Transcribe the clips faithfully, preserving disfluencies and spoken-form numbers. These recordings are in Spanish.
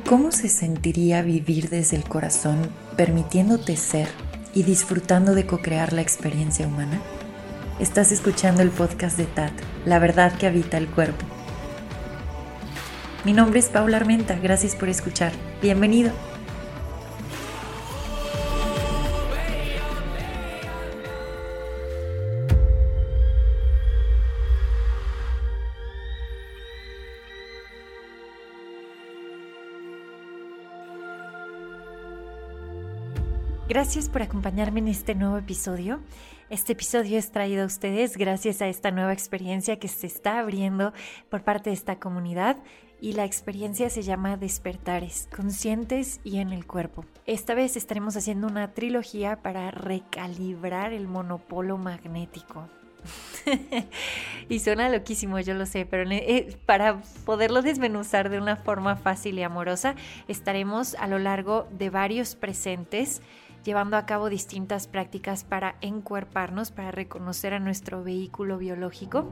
¿Cómo se sentiría vivir desde el corazón, permitiéndote ser y disfrutando de co-crear la experiencia humana? Estás escuchando el podcast de Tat, la verdad que habita el cuerpo. Mi nombre es Paula Armenta, gracias por escuchar. Bienvenido. Gracias por acompañarme en este nuevo episodio. Este episodio es traído a ustedes gracias a esta nueva experiencia que se está abriendo por parte de esta comunidad y la experiencia se llama Despertares, conscientes y en el cuerpo. Esta vez estaremos haciendo una trilogía para recalibrar el monopolo magnético. Y suena loquísimo, yo lo sé, pero eh, para poderlo desmenuzar de una forma fácil y amorosa, estaremos a lo largo de varios presentes llevando a cabo distintas prácticas para encuerparnos, para reconocer a nuestro vehículo biológico,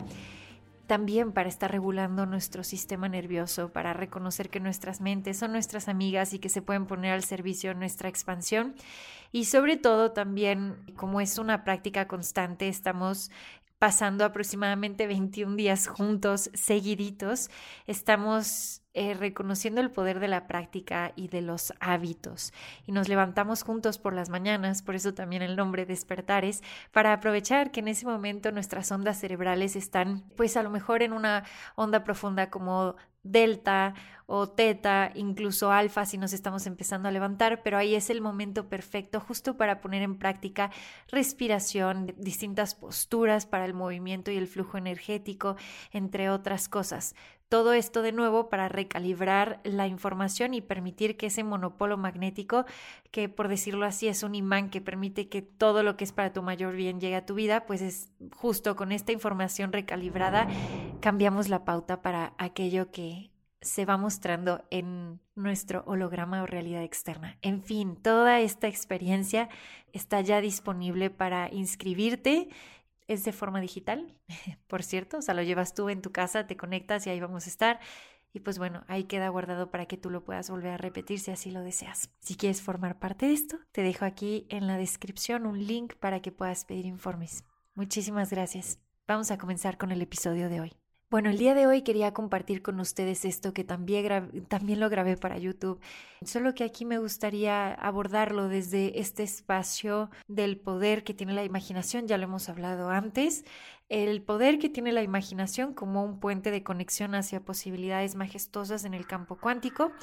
también para estar regulando nuestro sistema nervioso, para reconocer que nuestras mentes son nuestras amigas y que se pueden poner al servicio de nuestra expansión. Y sobre todo también, como es una práctica constante, estamos pasando aproximadamente veintiún días juntos, seguiditos, estamos eh, reconociendo el poder de la práctica y de los hábitos. Y nos levantamos juntos por las mañanas, por eso también el nombre Despertares, para aprovechar que en ese momento nuestras ondas cerebrales están, pues a lo mejor en una onda profunda como delta o teta, incluso alfa si nos estamos empezando a levantar, pero ahí es el momento perfecto justo para poner en práctica respiración, distintas posturas para el movimiento y el flujo energético, entre otras cosas. Todo esto de nuevo para recalibrar la información y permitir que ese monopolo magnético, que por decirlo así es un imán que permite que todo lo que es para tu mayor bien llegue a tu vida, pues es justo con esta información recalibrada cambiamos la pauta para aquello que se va mostrando en nuestro holograma o realidad externa. En fin, toda esta experiencia está ya disponible para inscribirte. Es de forma digital, por cierto, o sea, lo llevas tú en tu casa, te conectas y ahí vamos a estar. Y pues bueno, ahí queda guardado para que tú lo puedas volver a repetir si así lo deseas. Si quieres formar parte de esto, te dejo aquí en la descripción un link para que puedas pedir informes. Muchísimas gracias. Vamos a comenzar con el episodio de hoy. Bueno, el día de hoy quería compartir con ustedes esto que también, gra- también lo grabé para YouTube, solo que aquí me gustaría abordarlo desde este espacio del poder que tiene la imaginación, ya lo hemos hablado antes, el poder que tiene la imaginación como un puente de conexión hacia posibilidades majestuosas en el campo cuántico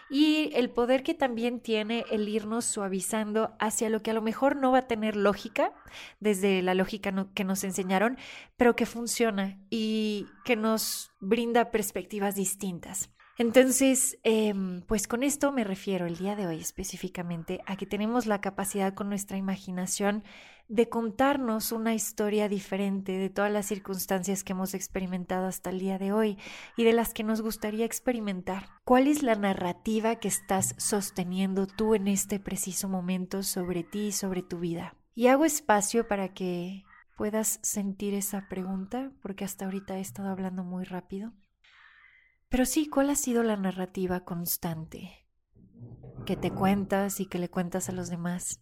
y el poder que también tiene el irnos suavizando hacia lo que a lo mejor no va a tener lógica, desde la lógica no, que nos enseñaron, pero que funciona y que nos brinda perspectivas distintas. Entonces, eh, pues con esto me refiero el día de hoy específicamente a que tenemos la capacidad con nuestra imaginación de contarnos una historia diferente de todas las circunstancias que hemos experimentado hasta el día de hoy y de las que nos gustaría experimentar. ¿Cuál es la narrativa que estás sosteniendo tú en este preciso momento sobre ti y sobre tu vida? Y hago espacio para que puedas sentir esa pregunta, porque hasta ahorita he estado hablando muy rápido. Pero sí, ¿cuál ha sido la narrativa constante que te cuentas y que le cuentas a los demás?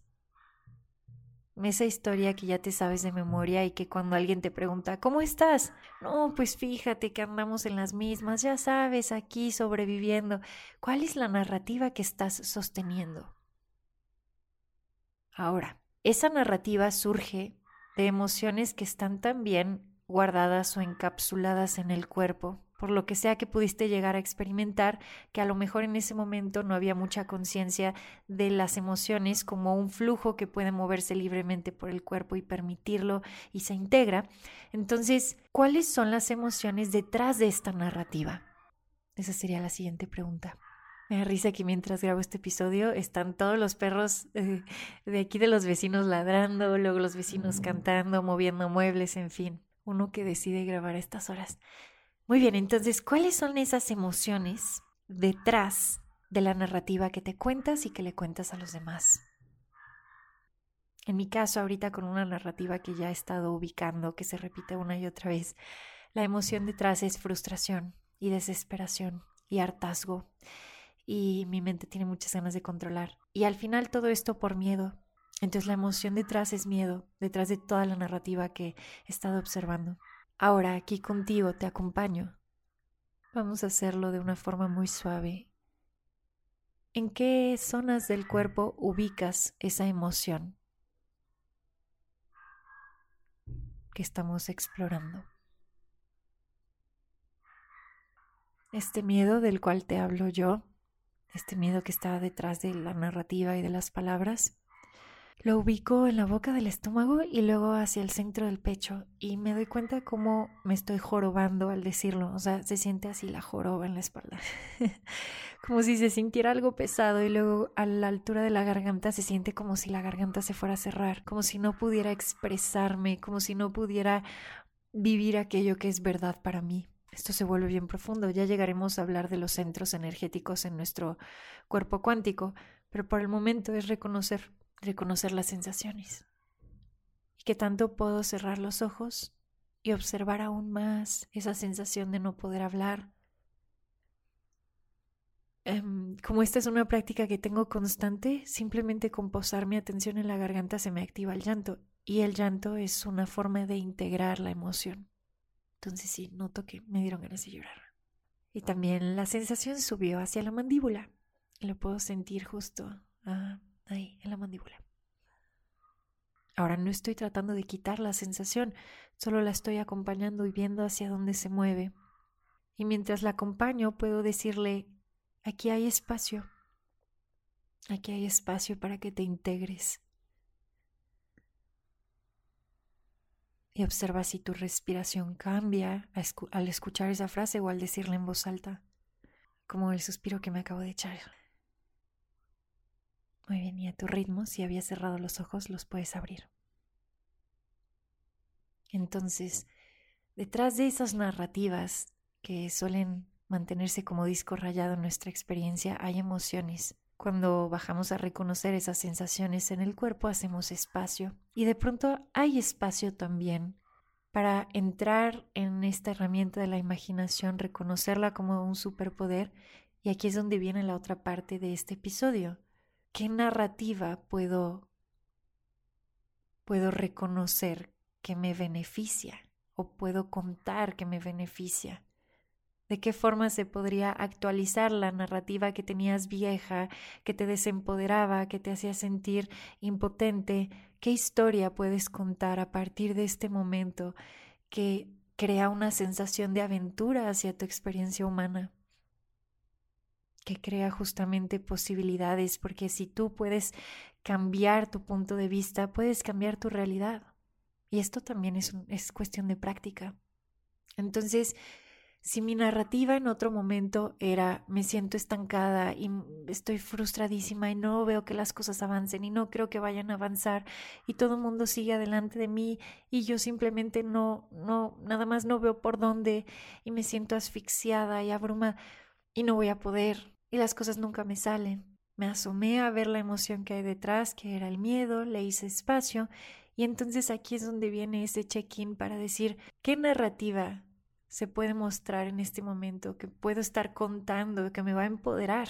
Esa historia que ya te sabes de memoria y que cuando alguien te pregunta, ¿cómo estás? No, pues fíjate que andamos en las mismas, ya sabes, aquí sobreviviendo. ¿Cuál es la narrativa que estás sosteniendo? Ahora, esa narrativa surge de emociones que están también guardadas o encapsuladas en el cuerpo, por lo que sea que pudiste llegar a experimentar, que a lo mejor en ese momento no había mucha conciencia de las emociones como un flujo que puede moverse libremente por el cuerpo y permitirlo y se integra. Entonces, ¿cuáles son las emociones detrás de esta narrativa? Esa sería la siguiente pregunta. Me da risa que mientras grabo este episodio están todos los perros eh, de aquí de los vecinos ladrando, luego los vecinos cantando, moviendo muebles, en fin, uno que decide grabar a estas horas. Muy bien, entonces, ¿cuáles son esas emociones detrás de la narrativa que te cuentas y que le cuentas a los demás? En mi caso, ahorita con una narrativa que ya he estado ubicando, que se repite una y otra vez, la emoción detrás es frustración y desesperación y hartazgo. y mi mente tiene muchas ganas de controlar. Y al final todo esto por miedo. Entonces la emoción detrás es miedo, detrás de toda la narrativa que he estado observando. Ahora aquí contigo te acompaño. Vamos a hacerlo de una forma muy suave. ¿En qué zonas del cuerpo ubicas esa emoción que estamos explorando? Este miedo del cual te hablo yo, este miedo que está detrás de la narrativa y de las palabras, lo ubico en la boca del estómago y luego hacia el centro del pecho, y me doy cuenta cómo me estoy jorobando al decirlo. O sea, se siente así la joroba en la espalda como si se sintiera algo pesado, y luego a la altura de la garganta se siente como si la garganta se fuera a cerrar, como si no pudiera expresarme, como si no pudiera vivir aquello que es verdad para mí. Esto se vuelve bien profundo. Ya llegaremos a hablar de los centros energéticos en nuestro cuerpo cuántico, pero por el momento es reconocer, reconocer las sensaciones. Y que tanto puedo cerrar los ojos y observar aún más esa sensación de no poder hablar. Um, como esta es una práctica que tengo constante, simplemente con posar mi atención en la garganta se me activa el llanto. Y el llanto es una forma de integrar la emoción. Entonces sí, noto que me dieron ganas de llorar. Y también la sensación subió hacia la mandíbula. Y lo puedo sentir justo ah, ahí, en la mandíbula. Ahora no estoy tratando de quitar la sensación, solo la estoy acompañando y viendo hacia dónde se mueve. Y mientras la acompaño puedo decirle, aquí hay espacio. Aquí hay espacio para que te integres. Y observa si tu respiración cambia al escuchar esa frase o al decirla en voz alta, como el suspiro que me acabo de echar. Muy bien, y a tu ritmo, si habías cerrado los ojos, los puedes abrir. Entonces, detrás de esas narrativas que suelen mantenerse como disco rayado en nuestra experiencia, hay emociones. Cuando bajamos a reconocer esas sensaciones en el cuerpo, hacemos espacio, y de pronto hay espacio también para entrar en esta herramienta de la imaginación, reconocerla como un superpoder. Y aquí es donde viene la otra parte de este episodio. ¿Qué narrativa puedo, puedo reconocer que me beneficia o puedo contar que me beneficia? ¿De qué forma se podría actualizar la narrativa que tenías vieja, que te desempoderaba, que te hacía sentir impotente? ¿Qué historia puedes contar a partir de este momento que crea una sensación de aventura hacia tu experiencia humana? Que crea justamente posibilidades, porque si tú puedes cambiar tu punto de vista, puedes cambiar tu realidad. Y esto también es, un, es cuestión de práctica. Entonces, si mi narrativa en otro momento era me siento estancada y estoy frustradísima y no veo que las cosas avancen y no creo que vayan a avanzar y todo el mundo sigue adelante de mí y yo simplemente no, no, nada más no veo por dónde y me siento asfixiada y abrumada y no voy a poder y las cosas nunca me salen. Me asomé a ver la emoción que hay detrás, que era el miedo, le hice espacio y entonces aquí es donde viene ese check-in para decir qué narrativa se puede mostrar en este momento, que puedo estar contando, que me va a empoderar.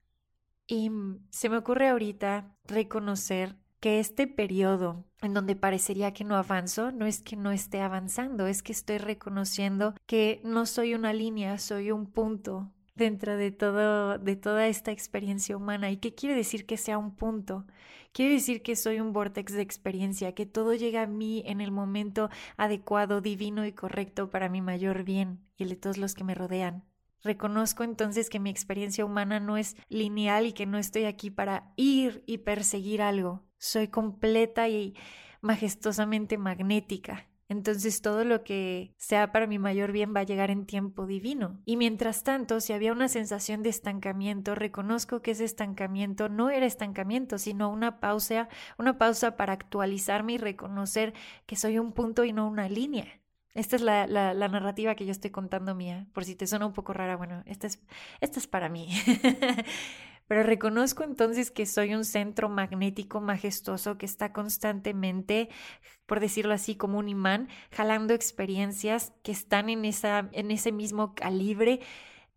Y se me ocurre ahorita reconocer que este periodo en donde parecería que no avanzo, no es que no esté avanzando, es que estoy reconociendo que no soy una línea, soy un punto dentro de todo, de toda esta experiencia humana. ¿Y qué quiere decir que sea un punto? Quiere decir que soy un vórtex de experiencia, que todo llega a mí en el momento adecuado, divino y correcto para mi mayor bien y el de todos los que me rodean. Reconozco entonces que mi experiencia humana no es lineal y que no estoy aquí para ir y perseguir algo. Soy completa y majestuosamente magnética. Entonces todo lo que sea para mi mayor bien va a llegar en tiempo divino. Y mientras tanto, si había una sensación de estancamiento, reconozco que ese estancamiento no era estancamiento, sino una pausa, una pausa para actualizarme y reconocer que soy un punto y no una línea. Esta es la, la, la narrativa que yo estoy contando mía. Por si te suena un poco rara, bueno, esta es, esta es para mí. Pero reconozco entonces que soy un centro magnético majestuoso que está constantemente, por decirlo así, como un imán, jalando experiencias que están en, esa, en ese mismo calibre,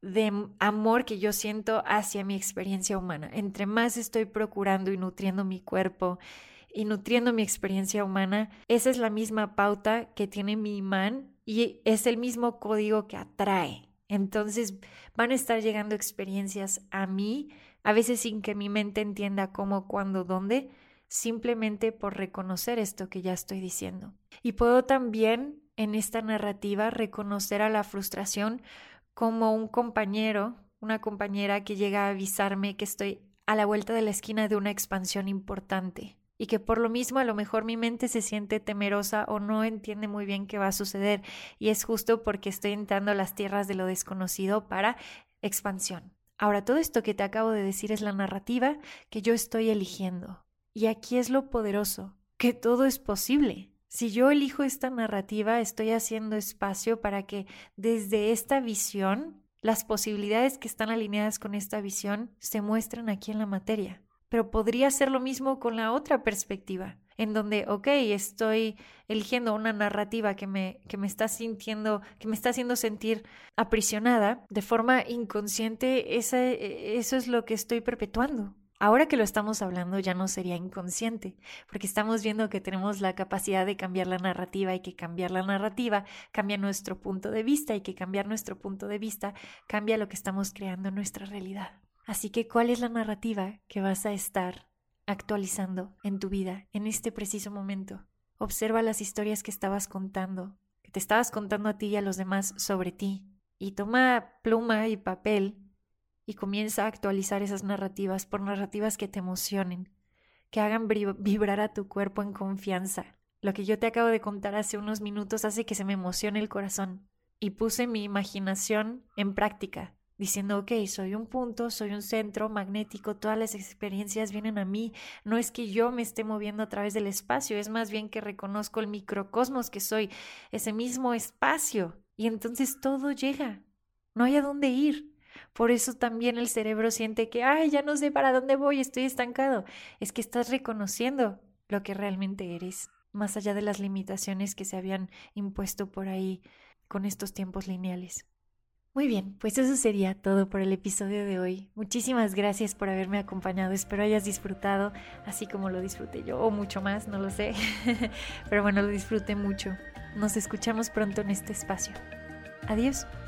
de amor que yo siento hacia mi experiencia humana. Entre más estoy procurando y nutriendo mi cuerpo y nutriendo mi experiencia humana, esa es la misma pauta que tiene mi imán y es el mismo código que atrae. Entonces van a estar llegando experiencias a mí, a veces sin que mi mente entienda cómo, cuándo, dónde, simplemente por reconocer esto que ya estoy diciendo. Y puedo también en esta narrativa reconocer a la frustración como un compañero, una compañera que llega a avisarme que estoy a la vuelta de la esquina de una expansión importante y que por lo mismo a lo mejor mi mente se siente temerosa o no entiende muy bien qué va a suceder, y es justo porque estoy entrando a las tierras de lo desconocido para expansión. Ahora, todo esto que te acabo de decir es la narrativa que yo estoy eligiendo, y aquí es lo poderoso, que todo es posible. Si yo elijo esta narrativa, estoy haciendo espacio para que desde esta visión, las posibilidades que están alineadas con esta visión se muestren aquí en la materia. Pero podría ser lo mismo con la otra perspectiva, en donde, ok, estoy eligiendo una narrativa que me, que me está sintiendo, que me está haciendo sentir aprisionada. De forma inconsciente, esa, eso es lo que estoy perpetuando. Ahora que lo estamos hablando ya no sería inconsciente, porque estamos viendo que tenemos la capacidad de cambiar la narrativa y que cambiar la narrativa cambia nuestro punto de vista y que cambiar nuestro punto de vista cambia lo que estamos creando en nuestra realidad. Así que, ¿cuál es la narrativa que vas a estar actualizando en tu vida en este preciso momento? Observa las historias que estabas contando, que te estabas contando a ti y a los demás sobre ti, y toma pluma y papel y comienza a actualizar esas narrativas por narrativas que te emocionen, que hagan vibrar a tu cuerpo en confianza. Lo que yo te acabo de contar hace unos minutos hace que se me emocione el corazón, y puse mi imaginación en práctica, diciendo, ok, soy un punto, soy un centro magnético, todas las experiencias vienen a mí. No es que yo me esté moviendo a través del espacio, es más bien que reconozco el microcosmos que soy, ese mismo espacio, y entonces todo llega, no hay a dónde ir. Por eso también el cerebro siente que, ay, ya no sé para dónde voy, estoy estancado. Es que estás reconociendo lo que realmente eres, más allá de las limitaciones que se habían impuesto por ahí con estos tiempos lineales. Muy bien, pues eso sería todo por el episodio de hoy. Muchísimas gracias por haberme acompañado. Espero hayas disfrutado así como lo disfruté yo, o mucho más, no lo sé. Pero bueno, lo disfruté mucho. Nos escuchamos pronto en este espacio. Adiós.